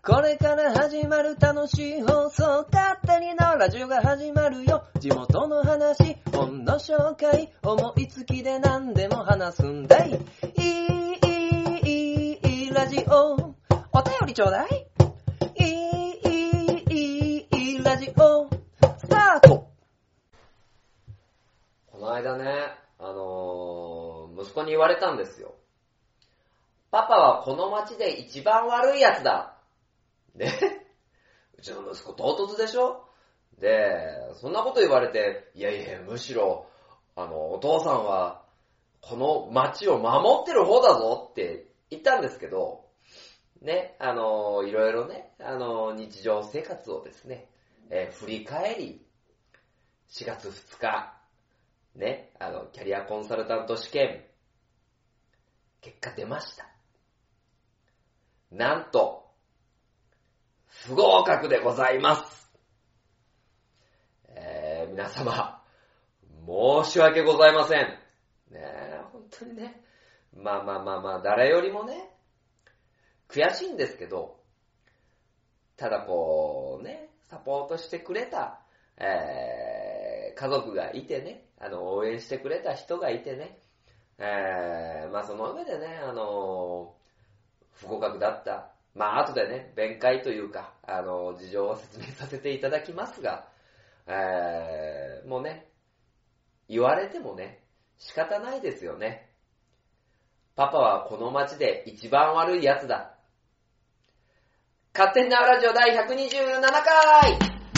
これから始まる楽しい放送、勝手にのラジオが始まるよ。地元の話、本の紹介、思いつきで何でも話すんだい。いいラジオ、お便りちょうだい。いいラジオ、スタート。 この間ね、息子に言われたんですよ。パパはこの町で一番悪いやつだ。ね、うちの息子唐突でしょ。で、そんなこと言われて、いやいや、むしろ、お父さんは、この町を守ってる方だぞって言ったんですけど、ね、いろいろね、日常生活をですね、振り返り、4月2日、ね、キャリアコンサルタント試験、結果出ました。なんと、不合格でございます。皆様、申し訳ございません。ねえ、本当にね。まあ、誰よりもね、悔しいんですけど、ただこうね、サポートしてくれた、家族がいてね、応援してくれた人がいてね、その上でね、不合格だった。後でね、弁解というか、事情を説明させていただきますが、もうね、言われてもね、仕方ないですよね。パパはこの町で一番悪いやつだ。勝手になラジオ第127回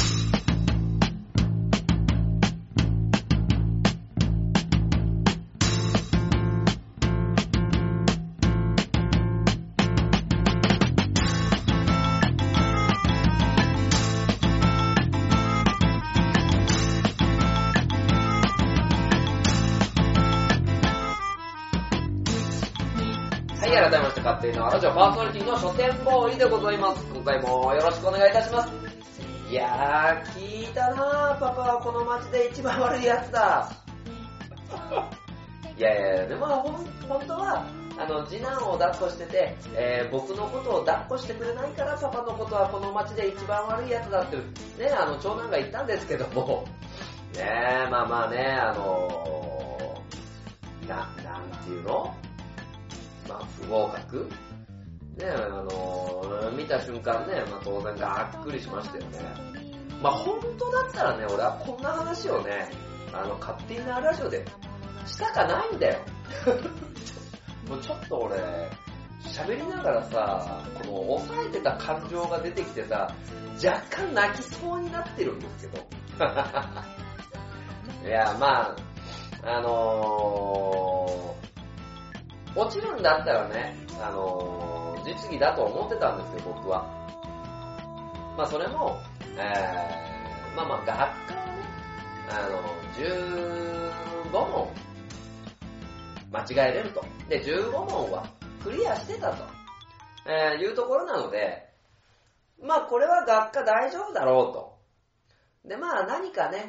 改めまして勝手にラジオパーソナリティの書店ボーイでございます。今回もよろしくお願いいたします。いやー、聞いたなー、パパはこの町で一番悪いやつだ。いや、でも本当は次男を抱っこしてて、僕のことを抱っこしてくれないからパパのことはこの町で一番悪いやつだってね、長男が言ったんですけども、ね、なんていうの？不合格ね、見た瞬間ね、当然がっくりしましたよね。本当だったらね、俺はこんな話をね、勝手になラジオでしたかないんだよ。もうちょっと俺、喋りながらさ、この抑えてた感情が出てきてさ、若干泣きそうになってるんですけど。いや、落ちるんだったらね、実技だと思ってたんですよ、僕は。それも、学科はね、15問間違えれると。で、15問はクリアしてたと、いうところなので、これは学科大丈夫だろうと。で、何かね、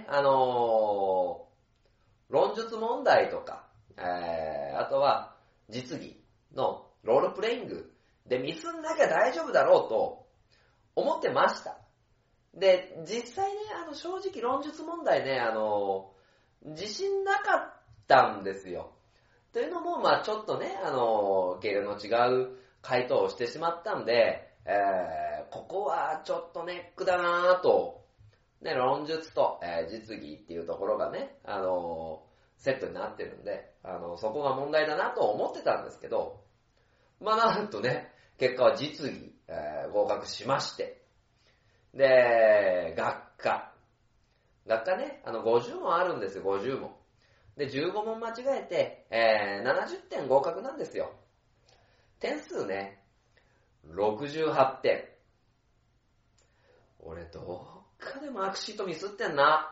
論述問題とか、あとは、実技のロールプレイングでミスんなきゃ大丈夫だろうと思ってました。で、実際ね、正直論述問題ね、自信なかったんですよ。というのも、ちょっとね、経路の違う回答をしてしまったんで、ここはちょっとネックだなぁと、ね、論述と、実技っていうところがね、セットになってるんで、そこが問題だなと思ってたんですけど、なんとね、結果は実技、合格しまして、で、学科ね、50問あるんですよ、50問。で、15問間違えて、70点合格なんですよ。点数ね、68点。俺どっかでマークシートミスってんな。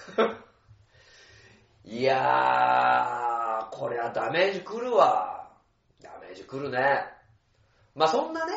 いやー、これはダメージくるわ。ダメージくるね。そんなね、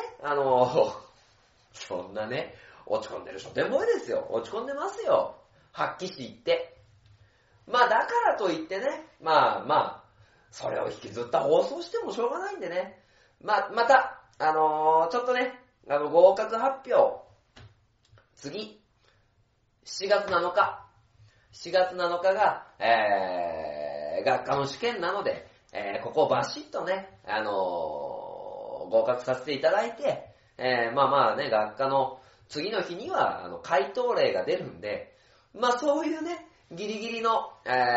そんなね、落ち込んでる書店ボーイですよ。落ち込んでますよ。発揮し言って。だからといってね、それを引きずった放送してもしょうがないんでね。また、ちょっとね、 合格発表、次、7月7日。7月7日が、学科の試験なので、ここをバシッとね、合格させていただいて、まあね、学科の次の日には、回答例が出るんで、まあそういうね、ギリギリの、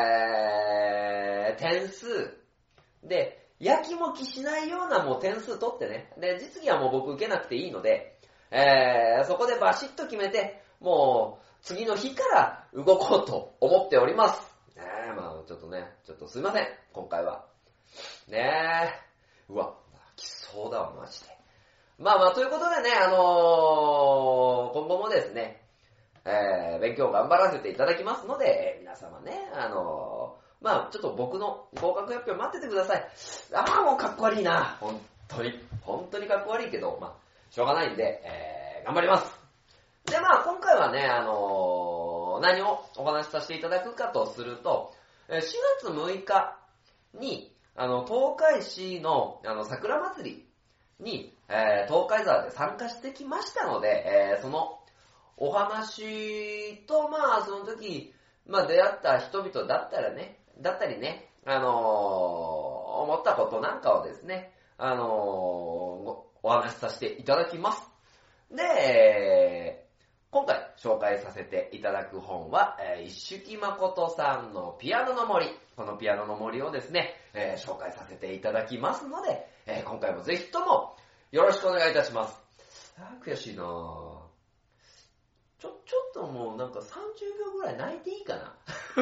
点数で、やきもきしないようなもう点数取ってね、で、実技はもう僕受けなくていいので、そこでバシッと決めて、もう次の日から動こうと思っております。まあちょっとね、ちょっとすいません、今回は。ねえ、うわ、来そうだわ、マジで。まあということでね、今後もですね、勉強頑張らせていただきますので、皆様ね、まあちょっと僕の合格発表待っててください。もうかっこ悪いな。本当にかっこ悪いけど、まあしょうがないんで、頑張ります。で、まあ今回はね、何をお話しさせていただくかとすると、4月6日に、東海市の、桜祭りに、東海沢で参加してきましたので、そのお話と、まあその時、まあ出会った人々だったりね、思ったことなんかをですね、お話しさせていただきます。で、今回紹介させていただく本は、一色誠さんのピアノの森。このピアノの森をですね、紹介させていただきますので、今回もぜひともよろしくお願いいたします。悔しいなぁ。ちょっともうなんか30秒ぐらい泣いていいかな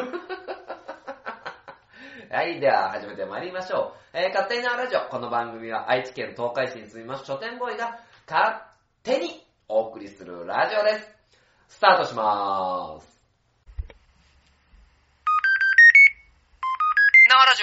はい、では始めてまいりましょう。勝手に縄ラジオ。この番組は愛知県東海市に住みます書店ボーイが勝手にお送りするラジオです。スタートしまーす。縄ラジオ。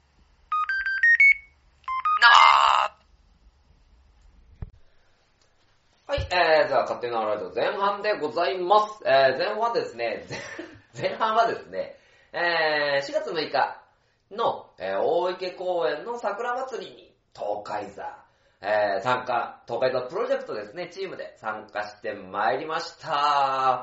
はい、じゃあ勝手に縄ラジオ前半でございます。前半はですね、4月6日の、大池公園の桜祭りに東海座、東海座プロジェクトですね、チームで参加してまいりました。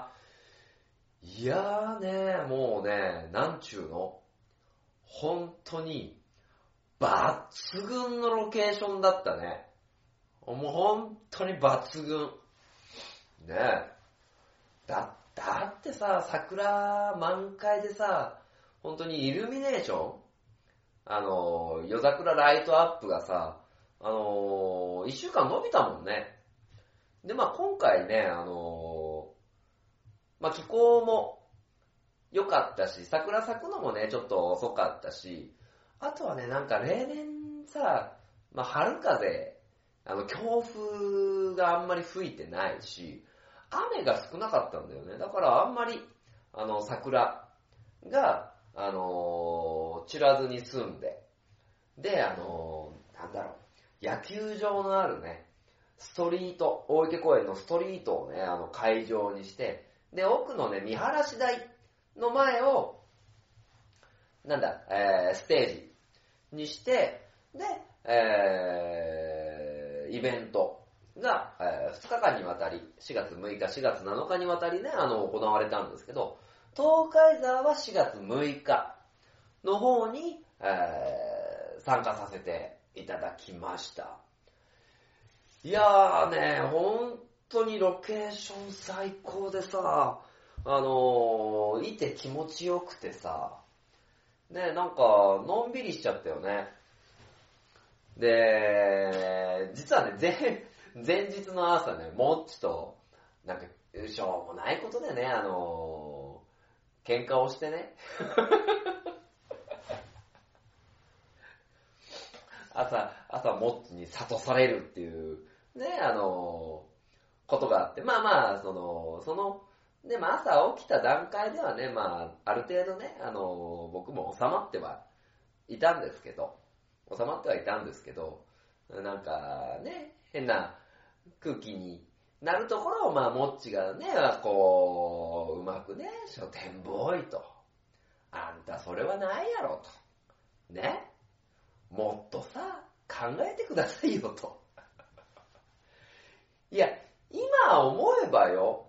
いやーね、もうね、なんちゅうの、本当に抜群のロケーションだったね。もう本当に抜群。ねえ。だってさ、桜満開でさ、本当にイルミネーション夜桜ライトアップがさ、1週間伸びたもんね。で、まあ今回ね、まあ気候も良かったし、桜咲くのもね、ちょっと遅かったし、あとはね、なんか例年さ、まあ春風、強風があんまり吹いてないし、雨が少なかったんだよね。だからあんまり、桜が、散らずに済んで、で、なんだろう、野球場のあるね、ストリート、大池公園のストリートをね、会場にして、で、奥のね、見晴らし台の前を、ステージにして、で、イベントが、2日間にわたり、4月6日、4月7日にわたりね、行われたんですけど、東海沢は4月6日の方に、参加させていただきました。いやーね、本当にロケーション最高でさ、いて気持ちよくてさ、ね、なんか、のんびりしちゃったよね。で、実はね、前日の朝ね、もっちと、なんか、しょうもないことでね、喧嘩をしてね。朝もっちに諭されるっていう、ね、ことがあって、まあ、で、まあ朝起きた段階ではね、まあ、ある程度ね、僕も収まってはいたんですけど、なんかね、変な空気になるところを、まあ、もっちがね、こう、うまくね、書店ボーイと、あんたそれはないやろと。ね。もっとさ、考えてくださいよと。いや、 ばよ、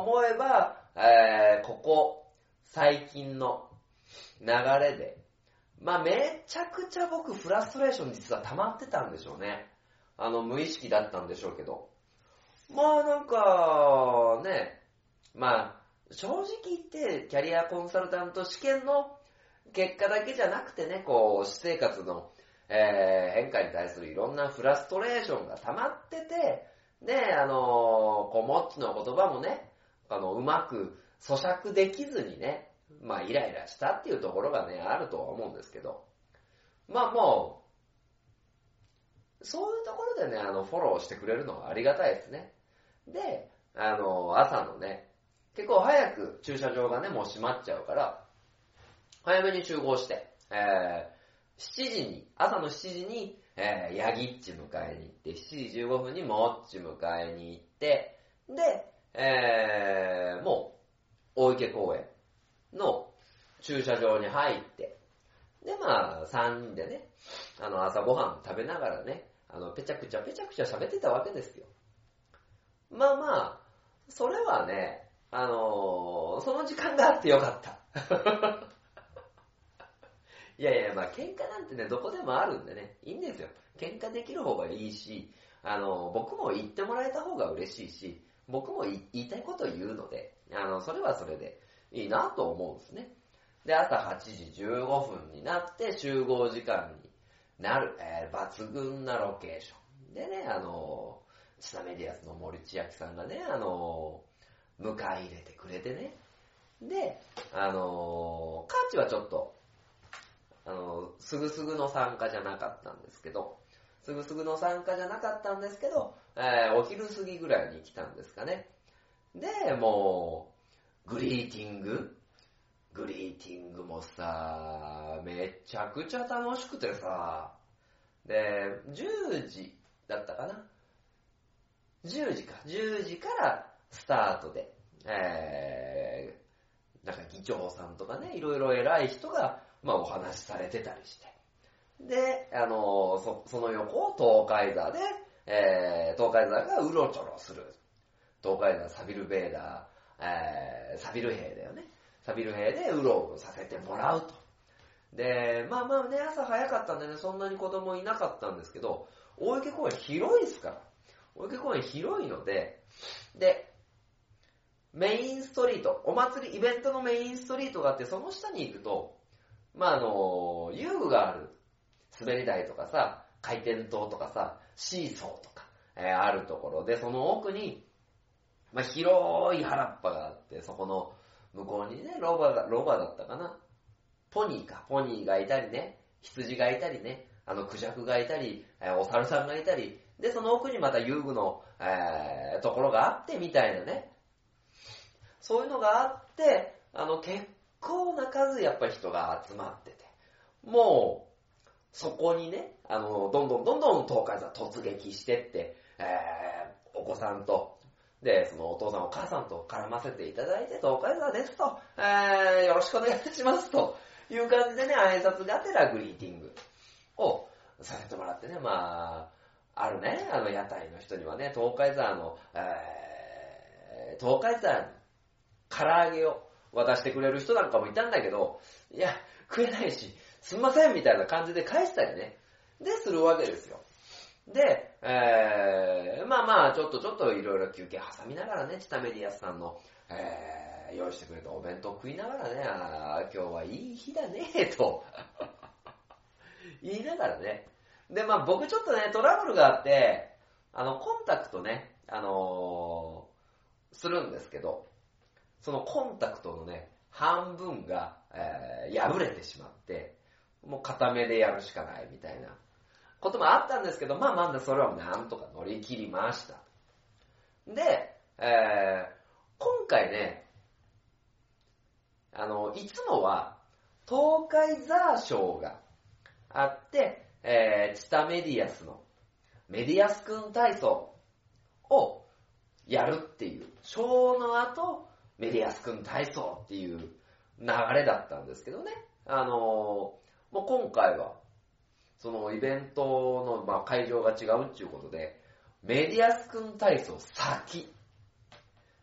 ここ最近の流れで、まあめちゃくちゃ僕フラストレーション実は溜まってたんでしょうね。無意識だったんでしょうけど。まあなんか、ね、まあ正直言ってキャリアコンサルタント試験の結果だけじゃなくてね、こう、私生活の、変化に対するいろんなフラストレーションが溜まってて、で、こう、もっちの言葉もね、うまく咀嚼できずにね、まあ、イライラしたっていうところがね、あるとは思うんですけど、まあもう、そういうところでね、フォローしてくれるのはありがたいですね。で、朝のね、結構早く駐車場がね、もう閉まっちゃうから、早めに集合して、朝の7時に、ヤギッチ迎えに行って、7時15分にモッチ迎えに行って、で、もう、大池公園の駐車場に入って、で、まあ、3人でね、朝ごはん食べながらね、ペチャクチャ喋ってたわけですよ。まあまあ、それはね、その時間があってよかった。いやいや、まあ喧嘩なんてね、どこでもあるんでね、いいんですよ。喧嘩できる方がいいし、僕も言ってもらえた方が嬉しいし、僕も言いたいことを言うので、それはそれでいいなと思うんですね。で、朝8時15分になって集合時間になる、抜群なロケーション。でね、チタメディアスの森千秋さんがね、迎え入れてくれてね。で、カーチはちょっと、すぐすぐの参加じゃなかったんですけど、お昼過ぎぐらいに来たんですかね。で、もう、グリーティングもさ、めちゃくちゃ楽しくてさ、で、10時だったかな。10時からスタートで、なんか議長さんとかね、いろいろ偉い人が、まあお話しされてたりして。で、その横を東海座で、東海座がうろちょろする。東海座サビルベーダー、サビル兵だよね。サビル兵でうろうろさせてもらうと。で、まあまあね、朝早かったんでね、そんなに子供いなかったんですけど、大池公園広いですから。大池公園広いので、で、メインストリート、お祭り、イベントのメインストリートがあって、その下に行くと、まあ遊具がある。滑り台とかさ、回転灯とかさ、シーソーとか、あるところで、その奥に、まあ広い原っぱがあって、そこの向こうにね、ロバだったかな。ポニーがいたりね、羊がいたりね、クジャクがいたり、お猿さんがいたり、で、その奥にまた遊具の、ところがあってみたいなね。そういうのがあって、結構な数やっぱり人が集まってて、もう、そこにね、どんどん東海座突撃してって、お子さんと、で、そのお父さんお母さんと絡ませていただいて、東海座ですと、よろしくお願いしますという感じでね、挨拶がてらグリーティングをさせてもらってね、まあ、あるね、屋台の人にはね、東海座に唐揚げを渡してくれる人なんかもいたんだけど、いや、食えないし、すんませんみたいな感じで返したりね、で、するわけですよ。で、まあまあ、ちょっといろいろ休憩挟みながらね、チタメディアスさんの、用意してくれたお弁当食いながらね、今日はいい日だね、と言いながらね。で、まあ僕ちょっとね、トラブルがあって、コンタクトね、するんですけど、そのコンタクトのね、半分が、破れてしまって、もう片目でやるしかないみたいなこともあったんですけど、まあまだそれはなんとか乗り切りました。で、今回ね、いつもは東海座賞があって、チタメディアスのメディアス君体操をやるっていう、賞の後メディアス君体操っていう流れだったんですけどね。もう今回はそのイベントの、会場が違うっていうことで、メディアス君体操先。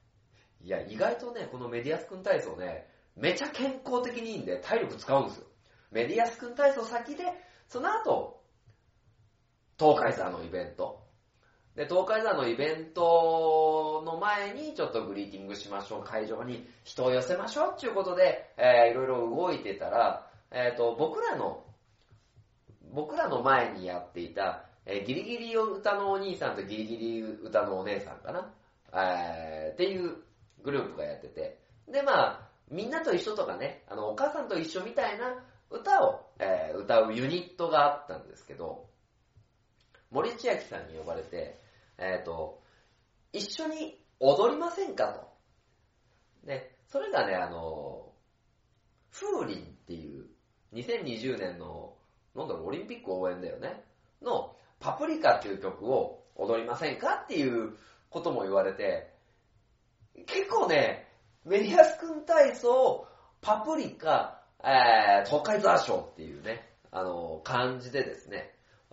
いや、意外とね、このメディアス君体操ね、めちゃ健康的にいいんで体力使うんですよ。メディアス君体操先で、その後、東海座のイベント。で、東海座のイベントの前にちょっとグリーティングしましょう、会場に人を寄せましょうっていうことで、いろいろ動いてたら、僕らの前にやっていた、ギリギリ歌のお兄さんとギリギリ歌のお姉さんかな、っていうグループがやってて、で、まあ、みんなと一緒とかね、お母さんと一緒みたいな歌を、歌うユニットがあったんですけど、森千秋さんに呼ばれて、一緒に踊りませんかと。ね、それがね、風鈴っていう2020年のオリンピック応援だよねのパプリカっていう曲を踊りませんかっていうことも言われて、結構ね、メディアス君体操パプリカ、東海座ショーっていうね感じでですね、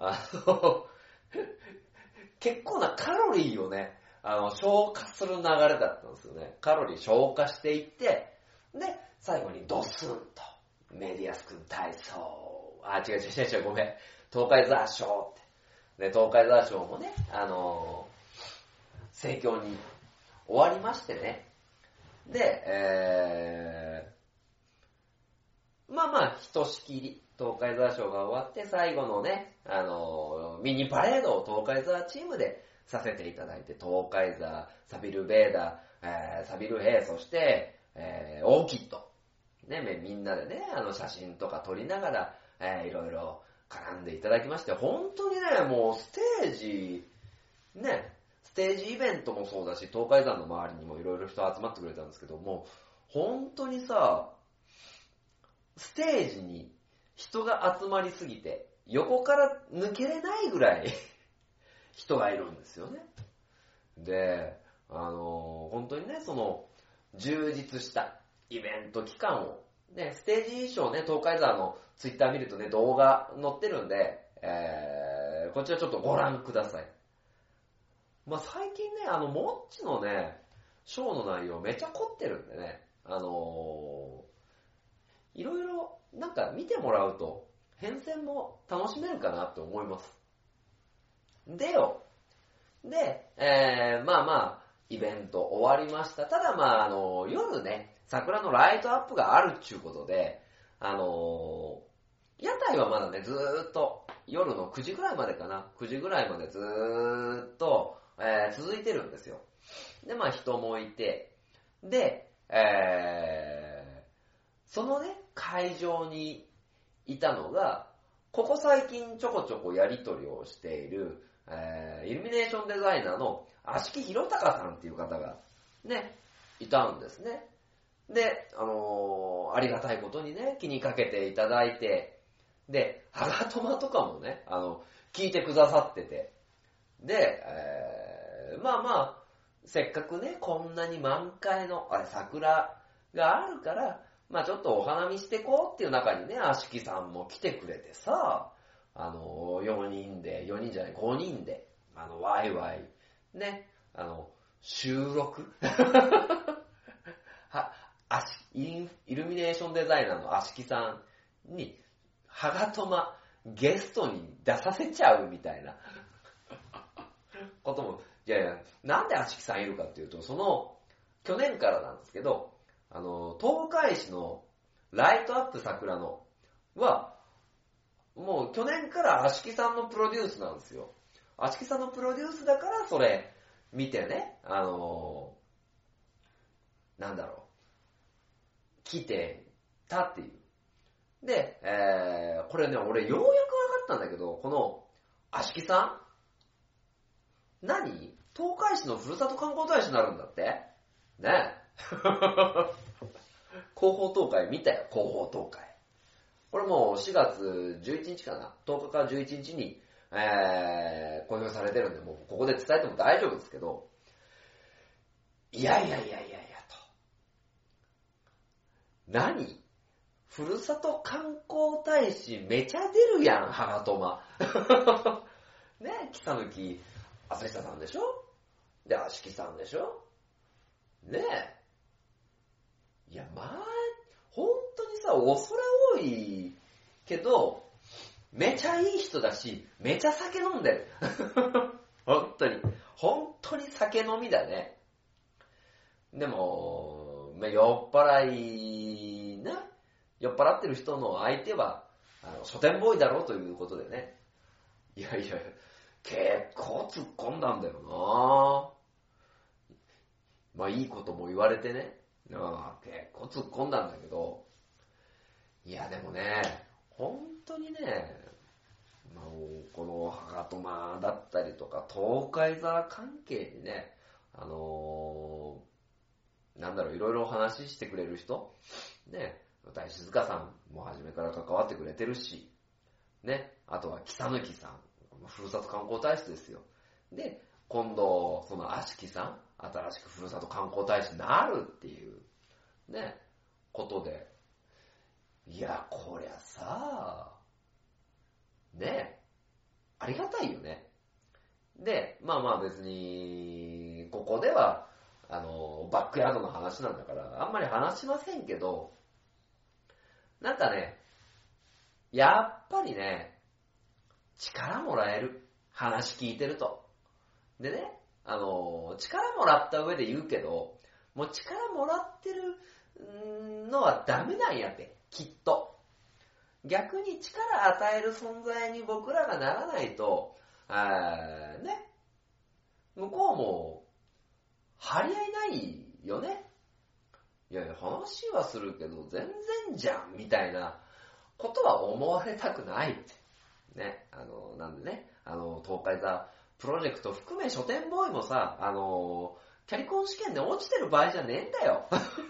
結構なカロリーをね消化する流れだったんですよね。カロリー消化していって、で最後にドスンとメディアス君体操、違うごめん、東海座ショーってで、東海座ショーもね盛況に終わりましてね。で、まあひとしきり東海座ショーが終わって、最後のねミニパレードを東海座チームでさせていただいて、東海座、サビルベーダ、サビルヘイ、そして、オーキッドね、みんなでね写真とか撮りながら、いろいろ絡んでいただきまして、本当にね、もうステージイベントもそうだし、東海山の周りにもいろいろ人集まってくれたんですけども、本当にさ、ステージに人が集まりすぎて横から抜けれないぐらい人がいるんですよね。で、本当にね、その充実したイベント期間をね、ステージ衣装ね、東海山のツイッター見るとね、動画載ってるんで、こちらちょっとご覧ください。まあ、最近ね、モッチのね、ショーの内容めちゃ凝ってるんでね、いろいろなんか見てもらうと変遷も楽しめるかなって思います。で、まあイベント終わりました。ただまあ夜ね、桜のライトアップがあるっていうことで、屋台はまだね、ずーっと夜の9時ぐらいまでかな、9時ぐらいまでずーっと、続いてるんですよ。で、まあ人もいて、で、そのね、会場にいたのが、ここ最近ちょこちょこやり取りをしている、イルミネーションデザイナーの芦木弘隆さんっていう方がね、いたんですね。で、ありがたいことにね、気にかけていただいて、で、ハガトマとかもね、聞いてくださってて、で、まあ、せっかくね、こんなに満開の桜があるから、まあちょっとお花見してこうっていう中にね、芦木さんも来てくれてさ、5人で、ワイワイ、ね、収録イルミネーションデザイナーの芦木さんに、ハガトマゲストに出させちゃうみたいなことも、いや、なんで芦木さんいるかっていうと、去年からなんですけど、東海市のライトアップ桜のは、もう去年から芦木さんのプロデュースなんですよ。芦木さんのプロデュースだからそれ見てね、来てたっていう。で、これね、俺ようやく分かったんだけど、この芦木さん東海市のふるさと観光大使になるんだってねえ。広報東海見たよ、広報東海。これもう4月11日かな、10日から11日に、公表されてるんで、もうここで伝えても大丈夫ですけど、いやと。ふるさと観光大使めちゃ出るやん、ハガトマ。ね、北抜あつひささんでしょ、で、芦木さんでしょねいや、まあ、本当にさ、恐れ多いけど、めちゃいい人だし、めちゃ酒飲んでる。本当に酒飲みだね。でも、酔っ払ってる人の相手は、書店ボーイだろうということでね。いや、結構突っ込んだんだよな。いいことも言われてね。結構突っ込んだんだけど、いや、でもね、本当にね、このハガトマだったりとか、東海座関係にね、いろいろ話してくれる人、ね、大静香さんも初めから関わってくれてるし、ね、あとは北貫さん、ふるさと観光大使ですよ。で、今度、その足木さん、新しくふるさと観光大使になるっていう、ね、ことで、いや、こりゃさ、ね、ありがたいよね。で、別に、ここでは、バックヤードの話なんだから、あんまり話しませんけど、なんかね、やっぱりね、力もらえる。話聞いてると。でね、力もらった上で言うけど、もう力もらってるのはダメなんやって、きっと。逆に力与える存在に僕らがならないと、ね、向こうも、張り合いないよね。いやいや、話はするけど、全然じゃん、みたいなことは思われたくないって。ね、なんでね、東海座プロジェクト含め書店ボーイもさ、キャリコン試験で落ちてる場合じゃねえんだよ。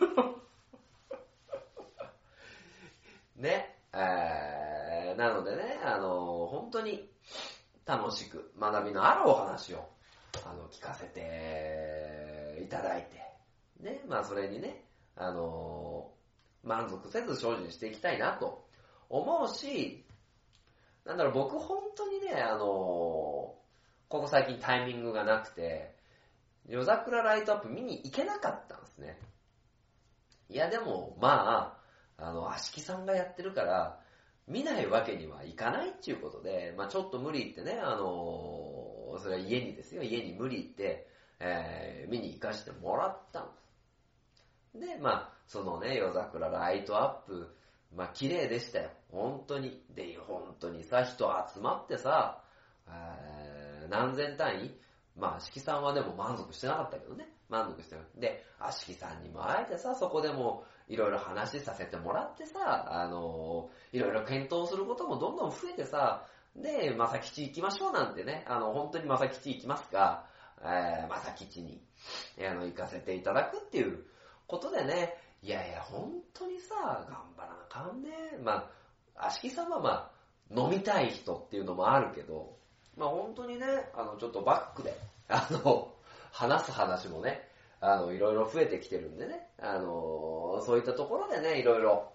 ね、なのでね、本当に楽しく学びのあるお話を、聞かせていただいて、ね、それにね、満足せず精進していきたいなと思うし、僕本当にね、ここ最近タイミングがなくて、夜桜ライトアップ見に行けなかったんですね。いやでも、足木さんがやってるから、見ないわけにはいかないっていうことで、ちょっと無理言ってね、それは家に無理言って、見に行かせてもらったんです。で、そのね、夜桜ライトアップ、綺麗でしたよ。本当に。で、本当にさ、人集まってさ、何千単位足木さんはでも満足してなかったけどね。満足してなかった。で、足木さんにもあえてさ、そこでもいろいろ話させてもらってさ、いろいろ検討することもどんどん増えてさ、で、正吉行きましょうなんてね、本当に正吉行きますが、正吉に、行かせていただくっていうことでね、いやいや、本当にさ、頑張らなあかんね。足木さんは飲みたい人っていうのもあるけど、本当にね、ちょっとバックで、話す話もね、いろいろ増えてきてるんでね、そういったところでね、いろいろ、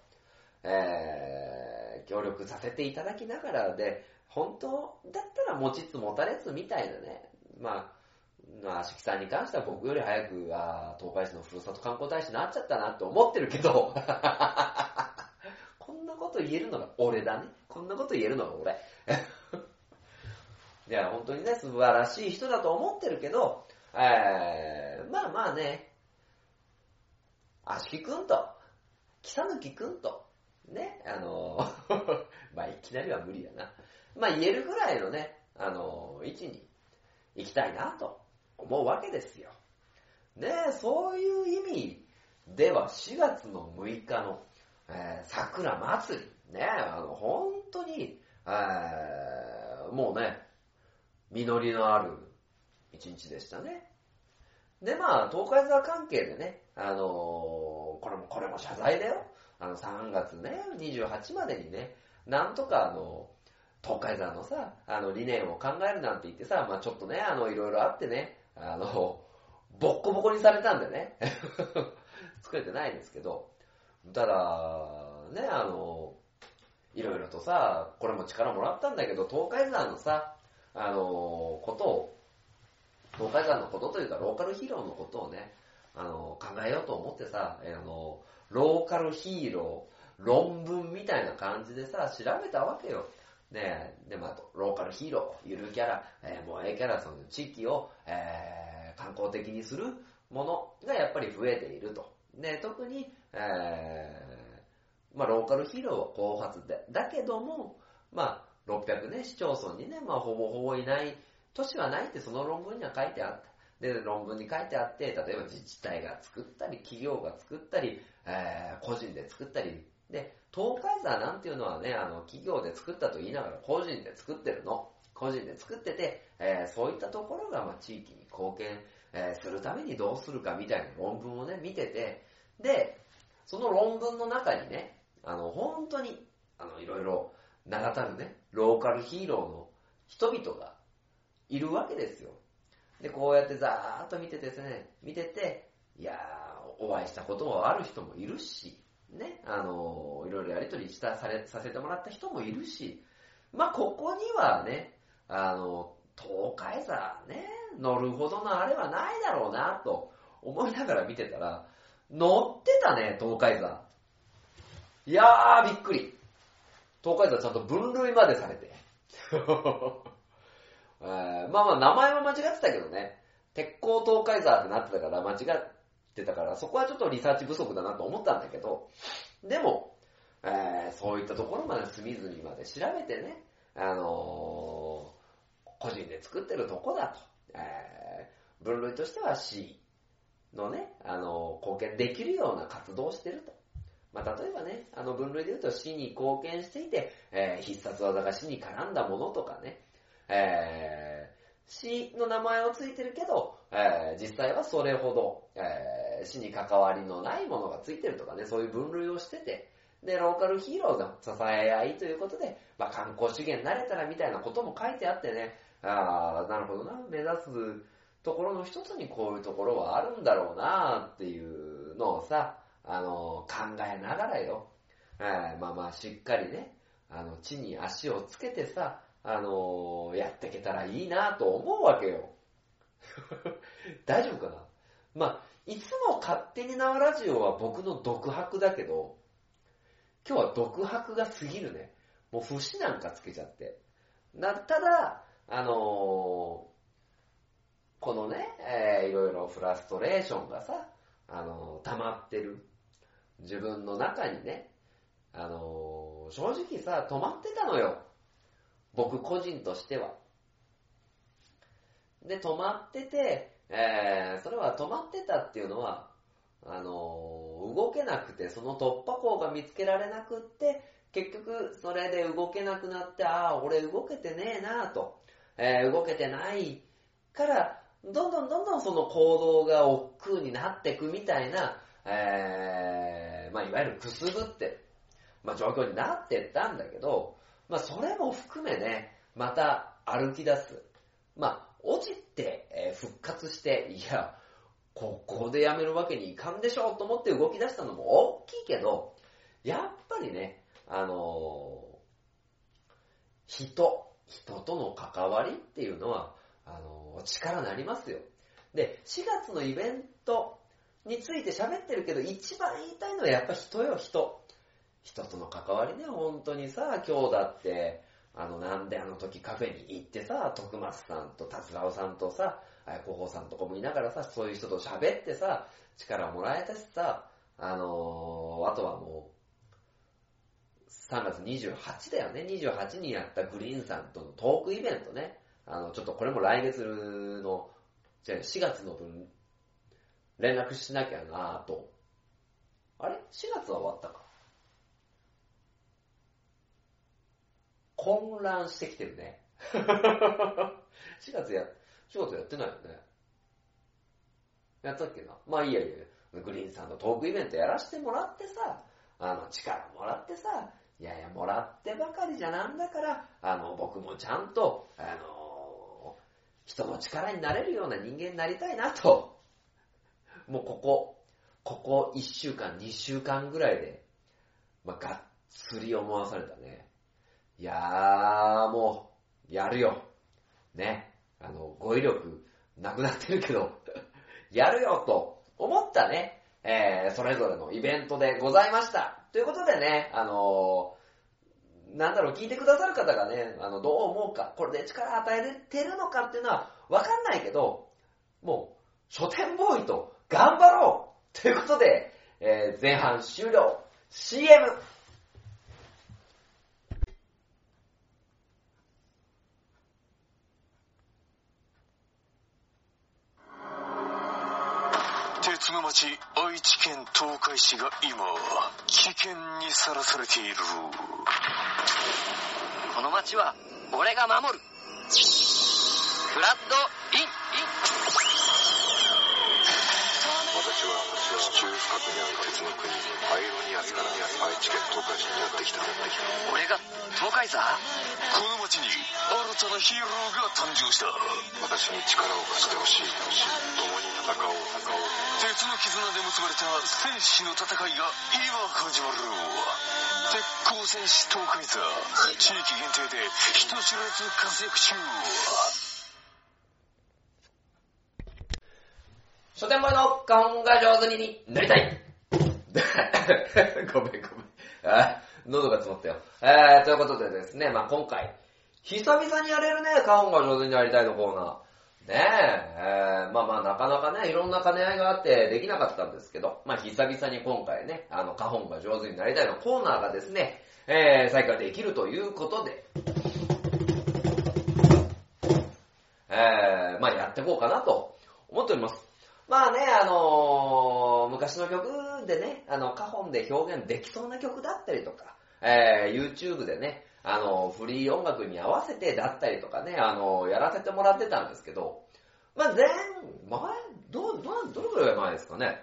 協力させていただきながらで、本当だったら持ちつ持たれつみたいなね、足木さんに関しては僕より早く、東海市のふるさと観光大使になっちゃったなって思ってるけど、こんなこと言えるのが俺だね。こんなこと言えるのが俺。いや、本当にね、素晴らしい人だと思ってるけど、ね、足木くんと、北貫くんと、ね、いきなりは無理だな。言えるぐらいのね、位置に行きたいなと思うわけですよ。ね、そういう意味では4月の6日の、桜祭り、ね、本当に、もうね、実りのある一日でしたね。で、東海座関係でね、これも謝罪だよ。3月ね、28までにね、なんとか東海座のさ、理念を考えるなんて言ってさ、ちょっとね、いろいろあってね、ボッコボコにされたんでね、作れてないですけど、ただ、ね、いろいろとさ、これも力もらったんだけど、東海座のさ、東海岸のことというかローカルヒーローのことをね、 考えようと思ってさ、ローカルヒーロー、論文みたいな感じでさ、調べたわけよ。ねえ、で、まあ、ローカルヒーロー、ゆるキャラ、萌えキャラ、その地域を、観光的にするものがやっぱり増えていると。で、特に、まあ、ローカルヒーローは後発で、だけども、まあ、600ね、市町村にね、まあ、ほぼほぼいない、都市はないってその論文には書いてあった。で、論文に書いてあって、例えば自治体が作ったり、企業が作ったり、個人で作ったり、で、東海座なんていうのはね、企業で作ったと言いながら個人で作ってるの。個人で作ってて、そういったところが、まあ、地域に貢献、するためにどうするかみたいな論文をね、見てて、で、その論文の中にね、本当に、いろいろ名だたるね、ローカルヒーローの人々がいるわけですよ。で、こうやってざーっと見ててですね、見てて、いやー、お会いしたこともある人もいるし、ね、いろいろやりとりさせてもらった人もいるし、まあ、ここにはね、東海座ね、乗るほどのあれはないだろうな、と思いながら見てたら、乗ってたね、東海座。いやー、びっくり。東海座ちゃんと分類までされて。まあまあ名前は間違ってたけどね、鉄鋼東海座ってなってたから間違ってたから、そこはちょっとリサーチ不足だなと思ったんだけど、でも、そういったところまで隅々まで調べてね、個人で作ってるとこだと、分類としては C のね、貢献できるような活動をしてると。まあ、例えばね、分類で言うと死に貢献していて、必殺技が死に絡んだものとかね、死の名前をついてるけど、実際はそれほど、死に関わりのないものがついてるとかね、そういう分類をしてて、で、ローカルヒーローの支え合いということで、まあ、観光資源になれたらみたいなことも書いてあってね、なるほどな、目指すところの一つにこういうところはあるんだろうなっていうのをさ、考えながらよ、まあまあしっかりね、地に足をつけてさ、やっていけたらいいなと思うわけよ。大丈夫かな。まあ、いつも勝手に縄ラジオは僕の独白だけど、今日は独白が過ぎるね。もう節なんかつけちゃって。ただ、このね、いろいろフラストレーションがさ、溜まってる。自分の中にね、正直さ、止まってたのよ。僕個人としては。で、止まってて、それは止まってたっていうのは、動けなくて、その突破口が見つけられなくって、結局それで動けなくなって、俺動けてねえなと、動けてないから、どんどんその行動が億劫になっていくみたいな、まあいわゆるくすぶってる、まあ状況になってったんだけど、まあそれも含めね、また歩き出す。まあ落ちて、復活して、いや、ここでやめるわけにいかんでしょうと思って動き出したのも大きいけど、やっぱりね、人との関わりっていうのは、力になりますよ。で、4月のイベントについて喋ってるけど、一番言いたいのはやっぱ人よ、人。人との関わりね、本当にさ、今日だって、なんで時カフェに行ってさ、徳松さんと達郎さんとさ、広報さんとかもいながらさ、そういう人と喋ってさ、力もらえたしさ、あとはもう、3月28だよね、28にやったグリーンさんとのトークイベントね、ちょっとこれも来月の、4月の分、連絡しなきゃなぁと。あれ ?4 月は終わったか。混乱してきてるね。4月やってないよね。やったっけな。まあいいや。グリーンさんのトークイベントやらせてもらってさ、力もらってさ、いやもらってばかりじゃなんだから、僕もちゃんと、人の力になれるような人間になりたいなと。もうここ1週間、2週間ぐらいで、まあ、がっつり思わされたね。いやー、もう、やるよ。ね。語彙力なくなってるけど、やるよと思ったね、それぞれのイベントでございました。ということでね、聞いてくださる方がね、どう思うか、これで力与えてるのかっていうのはわかんないけど、もう、書店ボーイと頑張ろうということで、前半終了。CM! 鉄の町愛知県東海市が今危険にさらされている。 この町は俺が守る。フラッドイン。 私は地中深くにある鉄の国アイロニアスから愛知県東海市にやってきた。 俺が東海座。 この町に新たなヒーローが誕生した。私に力を貸してほしい。共に戦おう。鉄の絆で結ばれた戦士の戦いが今始まる。鉄鋼戦士東海座、地域限定で人知れず活躍中。 書店ボーイの花本が上手になりたいごめん。喉が詰まったよ。ということでですね、今回、久々にやれるね、花本が上手になりたいのコーナー。ねえ、なかなかね、いろんな兼ね合いがあってできなかったんですけど、久々に今回ね、花本が上手になりたいのコーナーがですね、再開できるということで、やっていこうかなと思っております。昔の曲でね、花本で表現できそうな曲だったりとか、YouTube でね、フリー音楽に合わせてだったりとかね、やらせてもらってたんですけど、どれくらい前ですかね。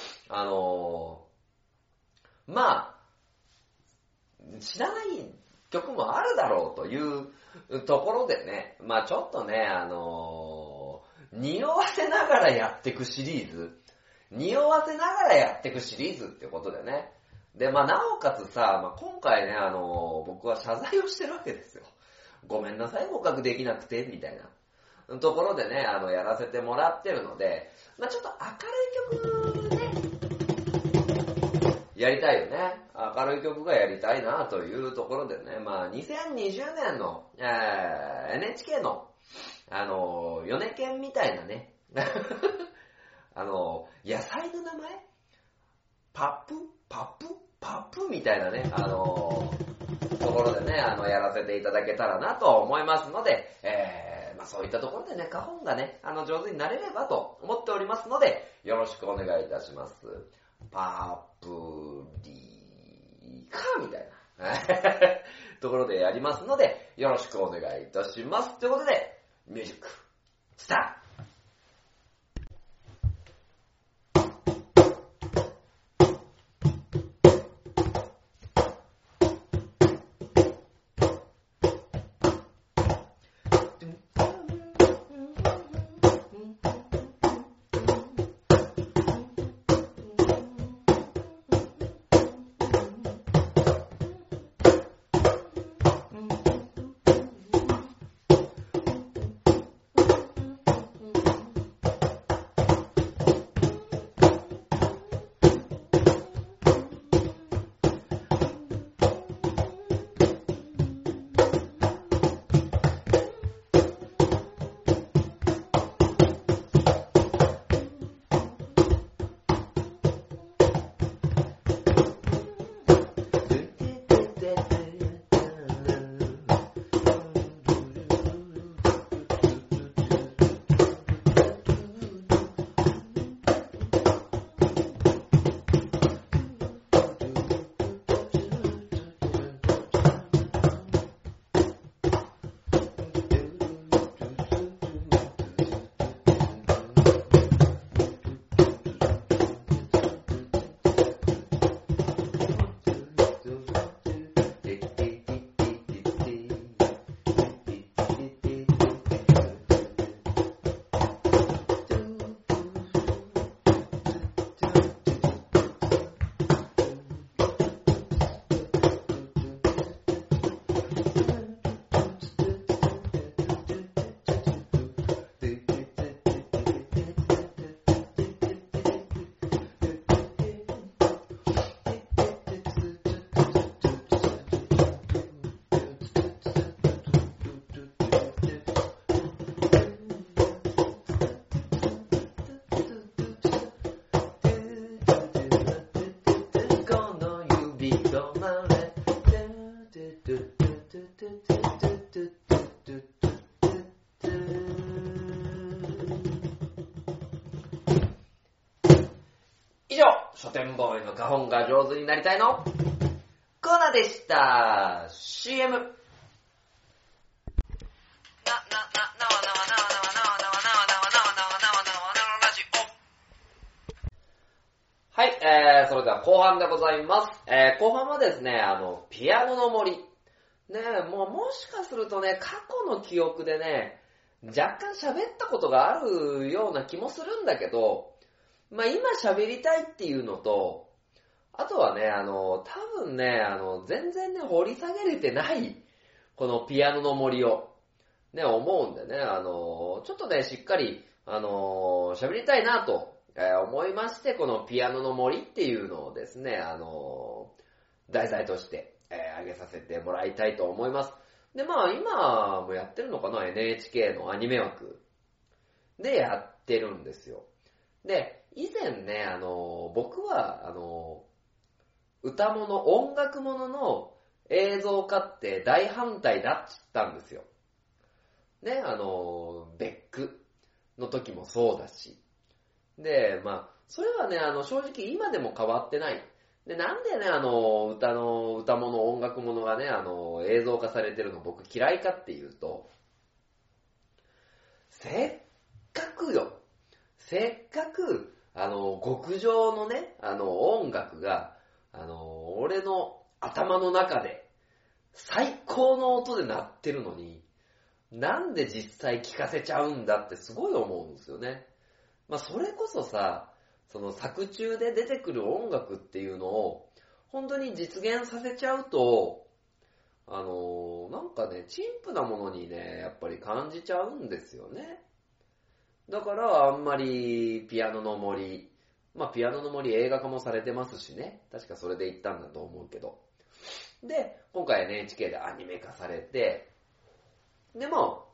知らない曲もあるだろうというところでね、ちょっとね、匂わせながらやっていくシリーズってことでね。で、なおかつさ、今回ね、僕は謝罪をしてるわけですよ。ごめんなさい、合格できなくて、みたいなところでね、やらせてもらってるので、ちょっと明るい曲ね、やりたいよね。明るい曲がやりたいなというところでね、2020年の、NHK の、米犬みたいなね、野菜の名前パップみたいなね、ところでね、やらせていただけたらなと思いますので、そういったところでね、花本がね、上手になれればと思っておりますので、よろしくお願いいたします。パプリカみたいなところでやりますので、よろしくお願いいたします。ということで、ミュージック、スタート。 テンボーイの花本が上手になりたいのコーナーでした。 CM。はい、それでは後半でございます。後半はですね、ピアノの森。ね、もしかするとね、過去の記憶でね、若干喋ったことがあるような気もするんだけど、今喋りたいっていうのと、あとはね、多分ね、全然ね、掘り下げれてない、このピアノの森を、ね、思うんでね、ちょっとね、しっかり、喋りたいなと、思いまして、このピアノの森っていうのをですね、題材として、挙げさせてもらいたいと思います。で、今もやってるのかな、NHK のアニメ枠でやってるんですよ。で、以前ね、僕は、歌物、音楽物の映像化って大反対だって言ったんですよ。ね、ベックの時もそうだし。で、それはね、正直今でも変わってない。で、なんでね、歌物、音楽物がね、映像化されてるの僕嫌いかっていうと、せっかく、極上のね、音楽が、俺の頭の中で最高の音で鳴ってるのに、なんで実際聴かせちゃうんだってすごい思うんですよね。それこそさ、その作中で出てくる音楽っていうのを本当に実現させちゃうと、なんかね、陳腐なものにね、やっぱり感じちゃうんですよね。だからあんまりピアノの森、ピアノの森映画化もされてますしね。確かそれで言ったんだと思うけど。で、今回 NHK でアニメ化されて、でも、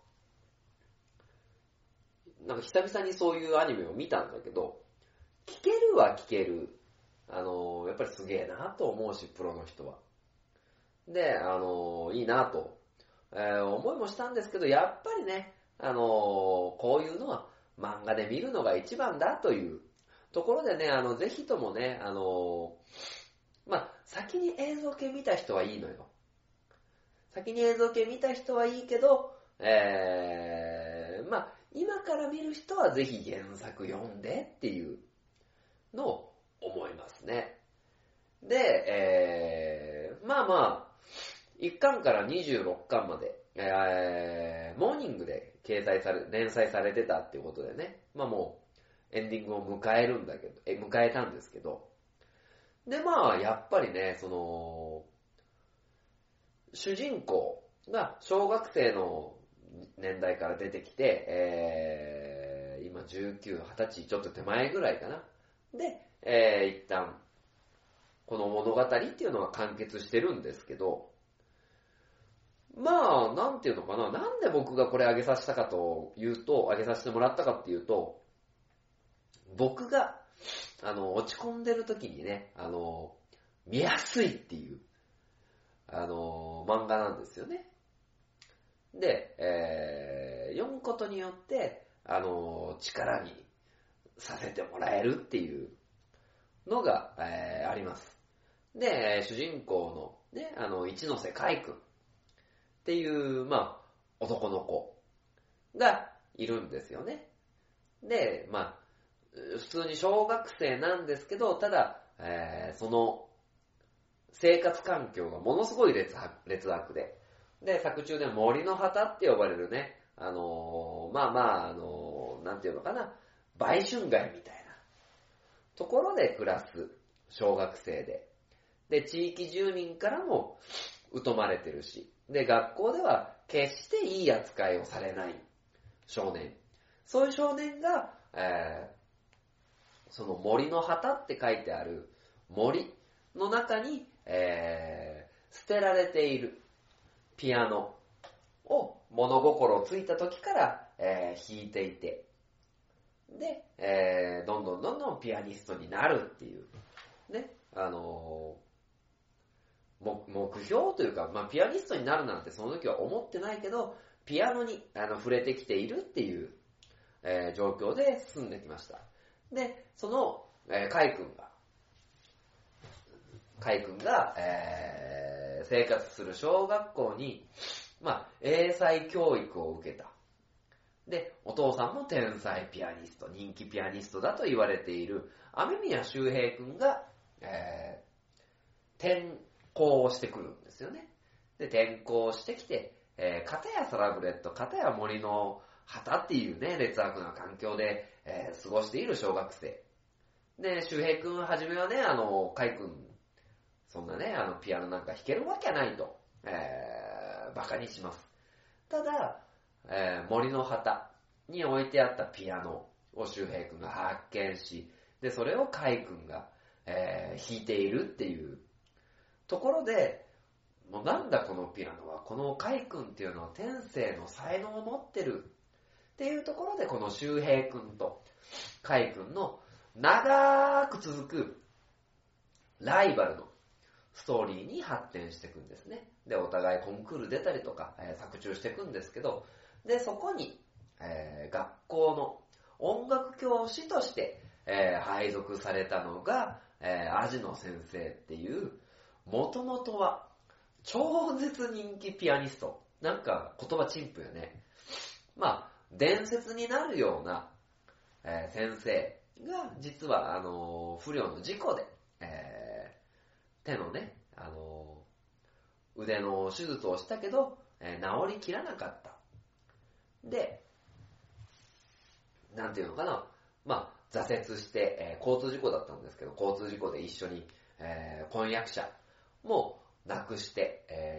なんか久々にそういうアニメを見たんだけど、聴けるは聴ける。やっぱりすげえなと思うし、プロの人は。で、いいなと、思いもしたんですけど、やっぱりね、こういうのは漫画で見るのが一番だというところでね、ぜひともね、先に映像系見た人はいいのよ。先に映像系見た人はいいけど、今から見る人はぜひ原作読んでっていうのを思いますね。で、1巻から26巻まで、モーニングで連載されてたっていうことでね、もうエンディングを迎えたんですけど、で、やっぱりね、その、主人公が小学生の年代から出てきて、今19、20歳ちょっと手前ぐらいかな。で、一旦、この物語っていうのは完結してるんですけど、なんていうのかな、なんで僕がこれ上げさせてもらったかっていうと、僕が、落ち込んでる時にね、見やすいっていう、漫画なんですよね。で、読むことによって、力にさせてもらえるっていうのが、あります。で、主人公のね、一ノ瀬海君っていう、男の子がいるんですよね。で、普通に小学生なんですけど、ただ、その生活環境がものすごい劣悪で、で、作中で森の旗って呼ばれるね、なんていうのかな、売春街みたいなところで暮らす小学生で、地域住民からも疎まれてるし、で、学校では決していい扱いをされない少年。そういう少年が、その森の旗って書いてある森の中に、捨てられているピアノを物心ついた時から、弾いていて、で、どんどんピアニストになるっていう、ね、目標というか、ピアニストになるなんてその時は思ってないけど、ピアノに触れてきているっていう、状況で進んできました。で、その、カイ君が、 海君が、生活する小学校に、英才教育を受けた。で、お父さんも天才ピアニスト、人気ピアニストだと言われている雨宮周平君が、転校してくるんですよね。で、転校してきて、片やサラブレッド、片や森の旗っていうね、劣悪な環境で、過ごしている小学生。で、周平君はじめはね、海君、そんなね、ピアノなんか弾けるわけないと、馬鹿にします。ただ、森の旗に置いてあったピアノを周平君が発見し、で、それを海君が、弾いているっていうところで、もうなんだこのピアノは、この海君っていうのは天性の才能を持ってるっていうところで、この周平君と海君の長く続くライバルのストーリーに発展していくんですね。で、お互いコンクール出たりとか、作中していくんですけど、で、そこに、学校の音楽教師として、配属されたのが、アジノ先生っていう、もともとは超絶人気ピアニスト。なんか言葉陳腐よね。伝説になるような、先生が、実は、不慮の事故で、手のね、腕の手術をしたけど、治りきらなかった。で、なんていうのかな、挫折して、交通事故だったんですけど、交通事故で一緒に、婚約者も亡くして、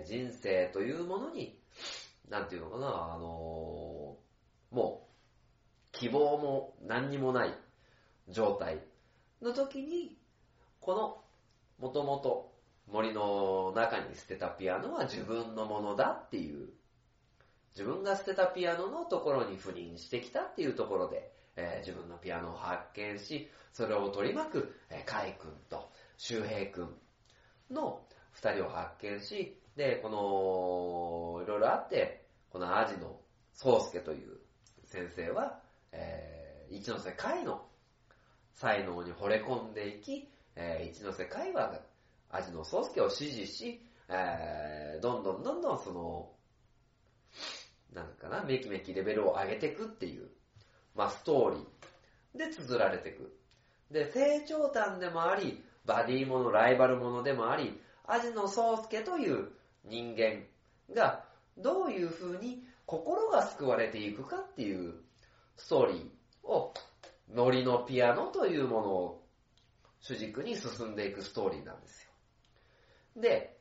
人生というものに、なんていうのかな、もう、希望も何にもない状態の時に、この、もともと森の中に捨てたピアノは自分のものだっていう、自分が捨てたピアノのところに赴任してきたっていうところで、自分のピアノを発見し、それを取り巻く、海君と周平君の二人を発見し、で、この、いろいろあって、このアジの宗介という先生は、一ノ瀬海の才能に惚れ込んでいき、一ノ瀬海はアジの宗介を支持し、どんどんその、なんかな、めきめきレベルを上げていくっていう、ストーリーで綴られていく。で、成長譚でもあり、バディもの、ライバルものでもあり、アジの宗介という人間がどういう風に心が救われていくかっていうストーリーを、森のピアノというものを主軸に進んでいくストーリーなんですよ。で、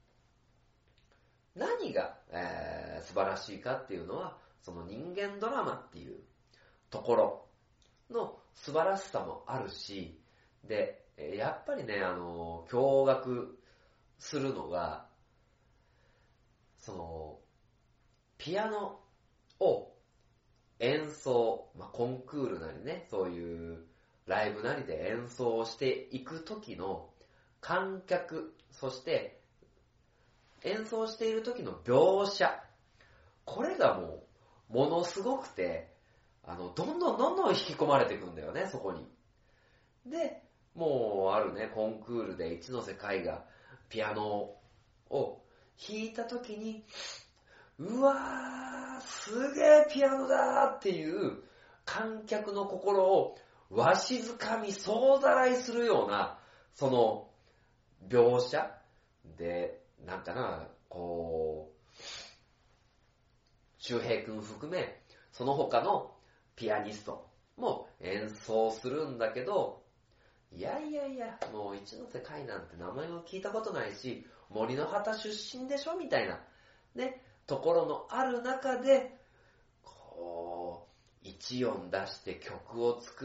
何が、素晴らしいかっていうのは、その人間ドラマっていうところの素晴らしさもあるし、で、やっぱりね、驚愕するのが、その、ピアノを演奏、コンクールなりね、そういうライブなりで演奏していく時の観客、そして演奏している時の描写、これがもう、ものすごくて、どんどん引き込まれていくんだよね、そこに。で、もうあるね、コンクールで一ノ瀬海がピアノを弾いた時に、うわー、すげーピアノだーっていう観客の心をわしづかみ総ざらいするような、その描写で、なんかな、こう、周平君含め、その他のピアニストも演奏するんだけど、いや、もう一ノ瀬海なんて名前を聞いたことないし、森の旗出身でしょみたいな、ね、ところのある中で、こう、一音出して曲を作って、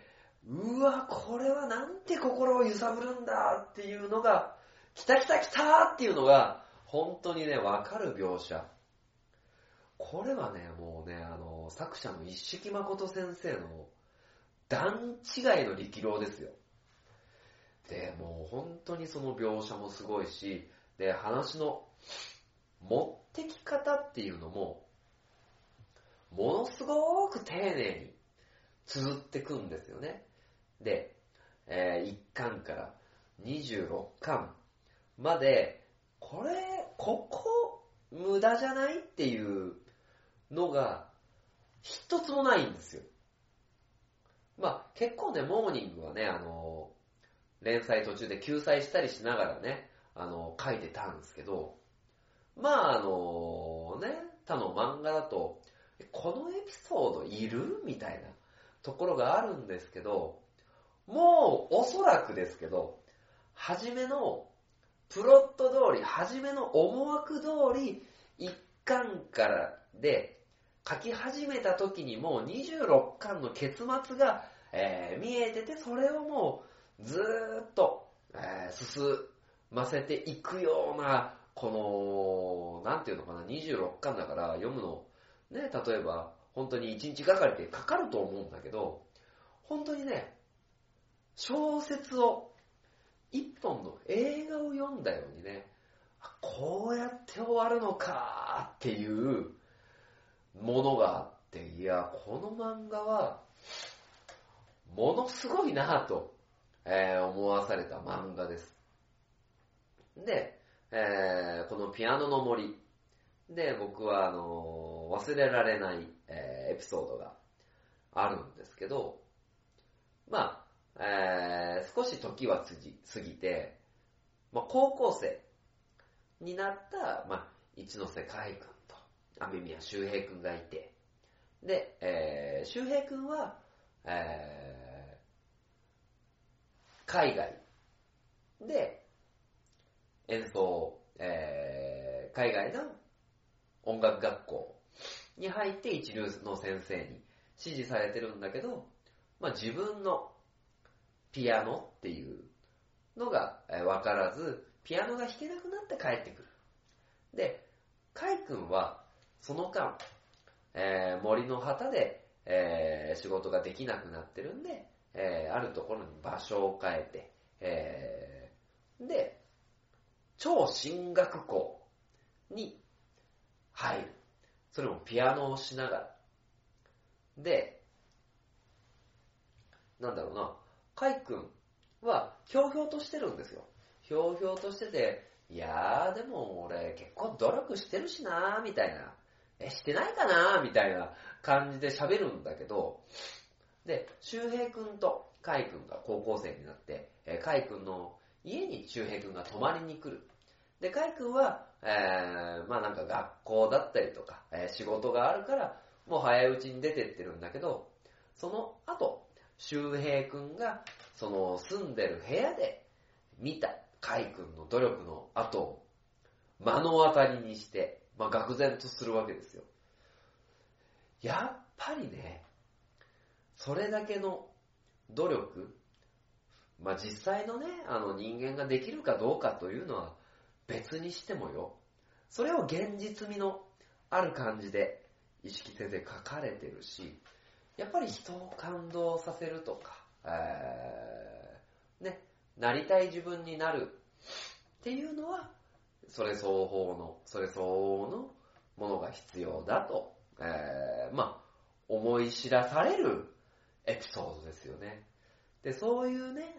うわ、これはなんて心を揺さぶるんだっていうのが、来たっていうのが、本当にね、わかる描写。これはね、もうね、作者の一色誠先生の段違いの力量ですよ。で、もう本当にその描写もすごいし、で、話の持ってき方っていうのも、ものすごく丁寧に綴ってくんですよね。で、1巻から 26巻まで、ここ無駄じゃないっていうのが一つもないんですよ。まあ結構ね、モーニングはね、連載途中で休載したりしながらね、書いてたんですけど、まあ他の漫画だと、このエピソードいるみたいなところがあるんですけど、もうおそらくですけど、初めのプロット通り、初めの思惑通り、1巻からで書き始めた時にもう26巻の結末が、見えてて、それをもうずーっと、進ませていくような、この、なんていうのかな、26巻だから読むの、ね、例えば本当に1日がかりでかかると思うんだけど、本当にね、小説を一本の映画を読んだようにね、こうやって終わるのかっていうものがあって、いや、この漫画はものすごいなぁと、思わされた漫画です。で、このピアノの森で僕は忘れられない、エピソードがあるんですけど、まあ、少し時は過ぎて、まあ、高校生になった、まあ、一ノ瀬海君と雨宮周平君がいて、で、周平君は、海外で演奏、海外の音楽学校に入って一流の先生に指示されてるんだけど、まあ、自分のピアノっていうのが分からず、ピアノが弾けなくなって帰ってくる。で、海君はその間、森の旗で、仕事ができなくなってるんで、あるところに場所を変えて、で、超進学校に入る。それもピアノをしながら。で、なんだろうな、海君はひょうひょうとしてるんですよ。ひょうひょうとしてて、いやーでも俺結構努力してるしなーみたいな、してないかなーみたいな感じで喋るんだけど、で、周平君と海君が高校生になって、海君の家に周平君が泊まりに来る。で、海君は、まあなんか学校だったりとか、仕事があるから、もう早いうちに出てってるんだけど、その後、周平君が、その住んでる部屋で見た海君の努力の後を目の当たりにして、まあ愕然とするわけですよ。やっぱりね、それだけの努力、まあ実際のね、人間ができるかどうかというのは別にしてもよ、それを現実味のある感じで意識先生書かれてるし、やっぱり人を感動させるとか、ね、なりたい自分になるっていうのは、それ相応のものが必要だと、まあ思い知らされるエピソードですよね。で、そういうね、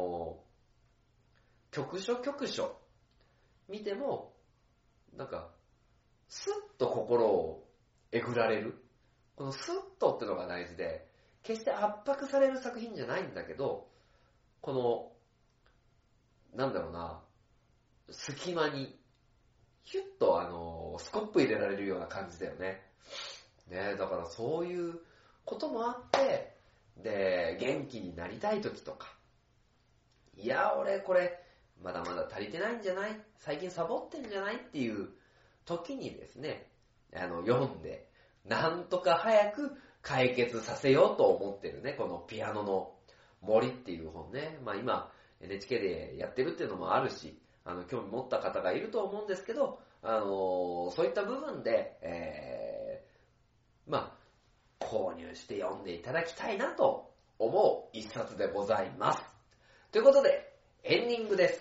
局所見ても、なんか、スッと心をえぐられる。このスッとってのが大事で、決して圧迫される作品じゃないんだけど、この、なんだろうな、隙間に、ヒュッとスコップ入れられるような感じだよね。ね、だからそういうこともあって、で、元気になりたい時とか、いや、俺これ、まだまだ足りてないんじゃない？最近サボってんじゃない？っていう時にですね、読んで、なんとか早く解決させようと思ってるね、このピアノの森っていう本ね。まあ今、NHK でやってるっていうのもあるし、興味持った方がいると思うんですけど、そういった部分で、まあ、購入して読んでいただきたいなと思う一冊でございます。ということで、エンディングです。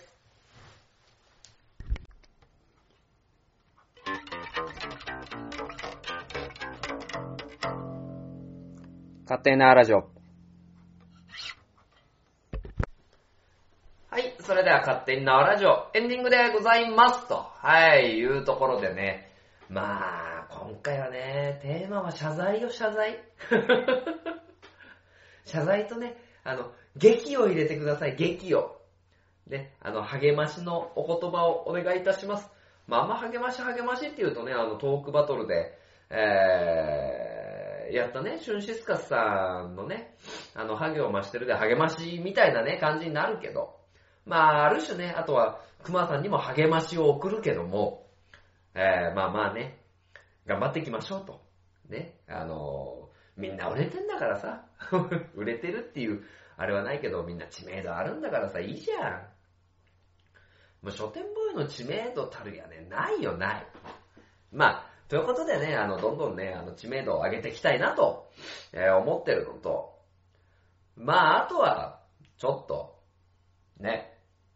勝手なラジオ。はい、 それでは勝手に縄ラジオエンディングでございますと、はい、いうところでね、まあ、今回はね、テーマは謝罪よ、謝罪。謝罪とね、劇を入れてください、劇を。ね、励ましのお言葉をお願いいたします。まあ、あんま励ましって言うとね、トークバトルで、やったね、シュンシスカスさんのね、ハゲを増してるで励ましみたいなね、感じになるけど、まあ、ある種ね、あとは、熊さんにも励ましを送るけども、まあね、頑張っていきましょうと。ね、みんな売れてんだからさ、売れてるっていう、あれはないけど、みんな知名度あるんだからさ、いいじゃん。もう書店ボーイの知名度たるやね、ないよ、ない。まあ、ということでね、どんどんね、知名度を上げていきたいなと、思ってるのと、まあ、あとは、ちょっと、ね、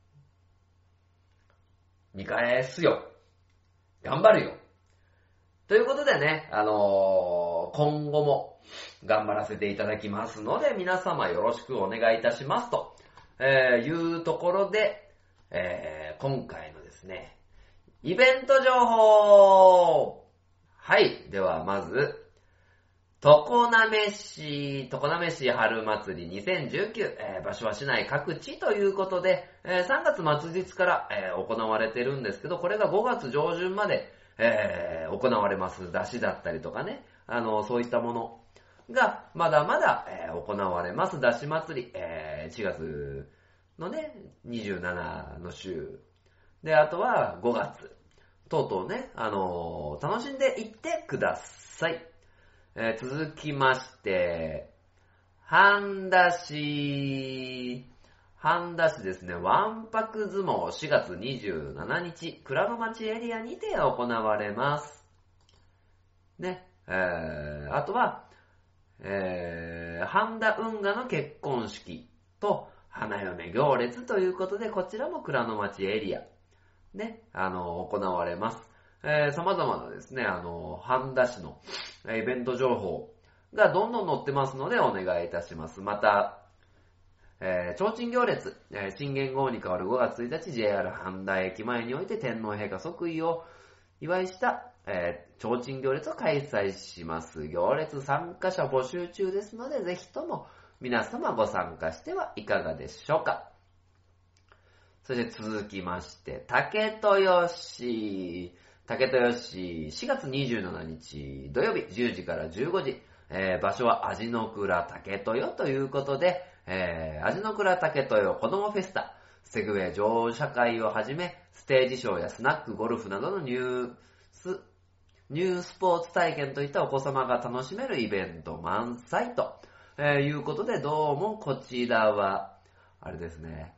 見返すよ。頑張るよ。ということでね、今後も頑張らせていただきますので、皆様よろしくお願いいたしますと、いうところで、今回のですね、イベント情報。はい。では、まず、常滑市春祭り2019、場所は市内各地ということで、3月末日から、行われてるんですけど、これが5月上旬まで、行われます。出汁だったりとかね、そういったものがまだまだ、行われます。出汁祭り、4月のね、27の週。で、あとは5月。とうとうね、楽しんでいってください。続きまして、半田市ですね、わんぱく相撲4月27日、倉野町エリアにて行われます。ね、あとは、半田運河の結婚式と花嫁行列ということで、こちらも倉野町エリア。ね、行われます。様々なですね、半田市のイベント情報がどんどん載ってますのでお願いいたします。また、提灯行列、新元号に変わる5月1日 JR 半田駅前において天皇陛下即位を祝いした、提灯行列を開催します。行列参加者募集中ですので、ぜひとも皆様ご参加してはいかがでしょうか。そして続きまして、竹豊市4月27日土曜日10時から15時、場所は味の倉竹豊ということで、味の倉竹豊子どもフェスタ、セグウェイ乗車会をはじめ、ステージショーやスナック、ゴルフなどのニュースポーツ体験といったお子様が楽しめるイベント満載と、いうことで、どうもこちらは、あれですね、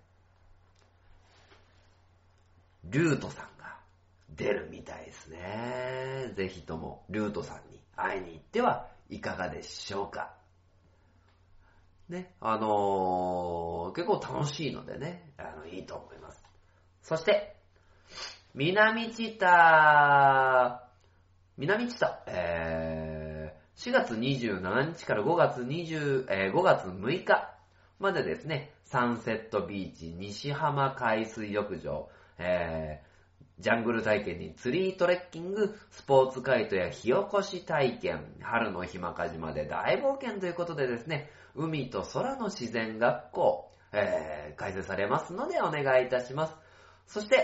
ルートさんが出るみたいですね。ぜひともルートさんに会いに行ってはいかがでしょうか。ね、結構楽しいのでね、いいと思います。そして、南知多、4月27日から5月6日までですね、サンセットビーチ西浜海水浴場、ジャングル体験にツリートレッキング、スポーツカイトや火起こし体験、春の日間賀島で大冒険ということでですね、海と空の自然学校、開催されますのでお願いいたします。そして、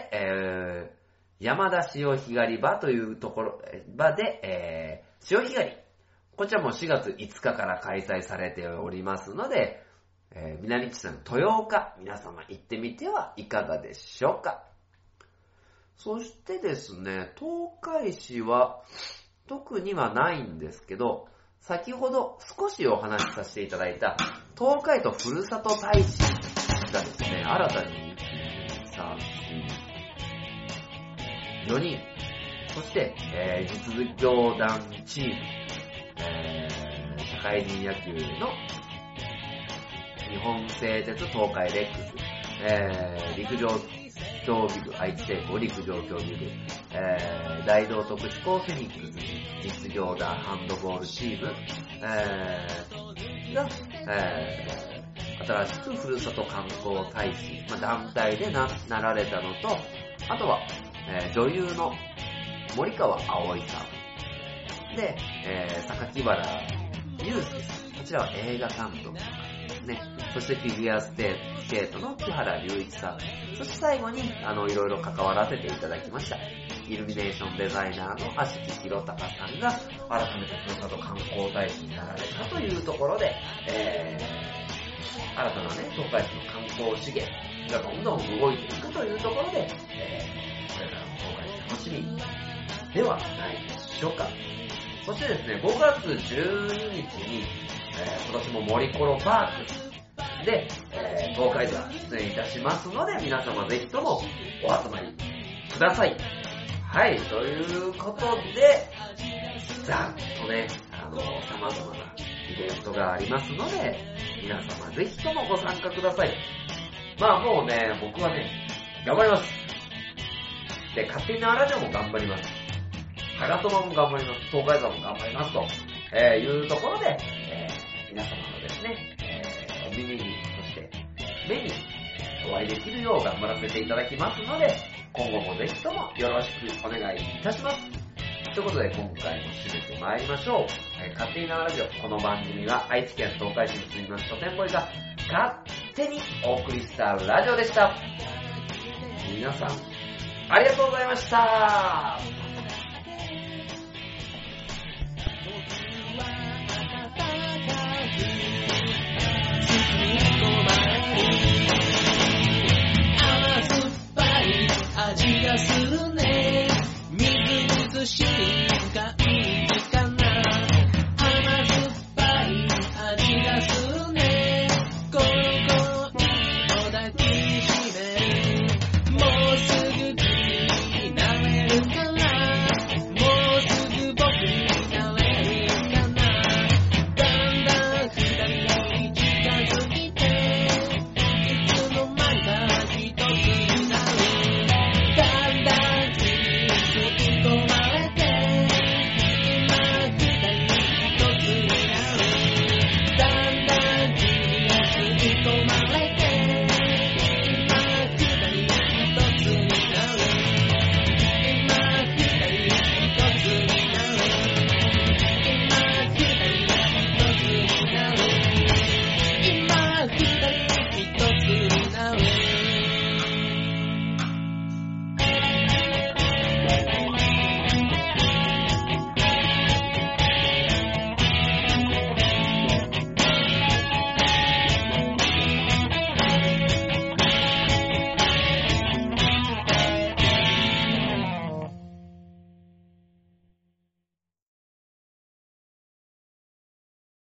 山田潮干狩り場というところ、場で、潮干狩り。こちらも4月5日から開催されておりますので、南知多の豊岡、皆様行ってみてはいかがでしょうか。そしてですね、東海市は特にはないんですけど、先ほど少しお話しさせていただいた東海都ふるさと大使がですね、新たに4人、そして、実業団チーム、社会人野球の日本製鉄東海レックス、陸上競技部、愛知帝国陸上競技部、大道特殊校フェニックス、実業団ハンドボールチーム、が、 新しくふるさと観光大使、団体で なられたのと、あとは、女優の森川葵さんで、榊原祐介さん、こちらは映画監督とかですね、そしてフィギュアスケートの木原隆一さん、そして最後にいろいろ関わらせていただきましたイルミネーションデザイナーの足木弘隆さんが改めてふるさと観光大使になられたというところで、新たなね、東海市の観光資源がどんどん動いていくというところで、これからの東海市楽しみではないでしょうか。そしてですね、5月12日に、今年も森コロパークで、東海道出演いたしますので、皆様ぜひともお集まりください。はい、ということで、ざっとね、様々なイベントがありますので、皆様ぜひともご参加ください。もうね、僕はね、頑張ります。で、勝手に縄ラジオも頑張ります。ハガトマも頑張ります。東海道も頑張りますと、いうところで、皆様のですね、お耳に、そして目にお会いできるよう頑張らせていただきますので、今後もぜひともよろしくお願いいたします。ということで今回も締めてまいりましょう。勝手に縄ラジオ、この番組は愛知県東海市に住みます書店ボーイが勝手にお送りしたラジオでした。皆さんありがとうございました。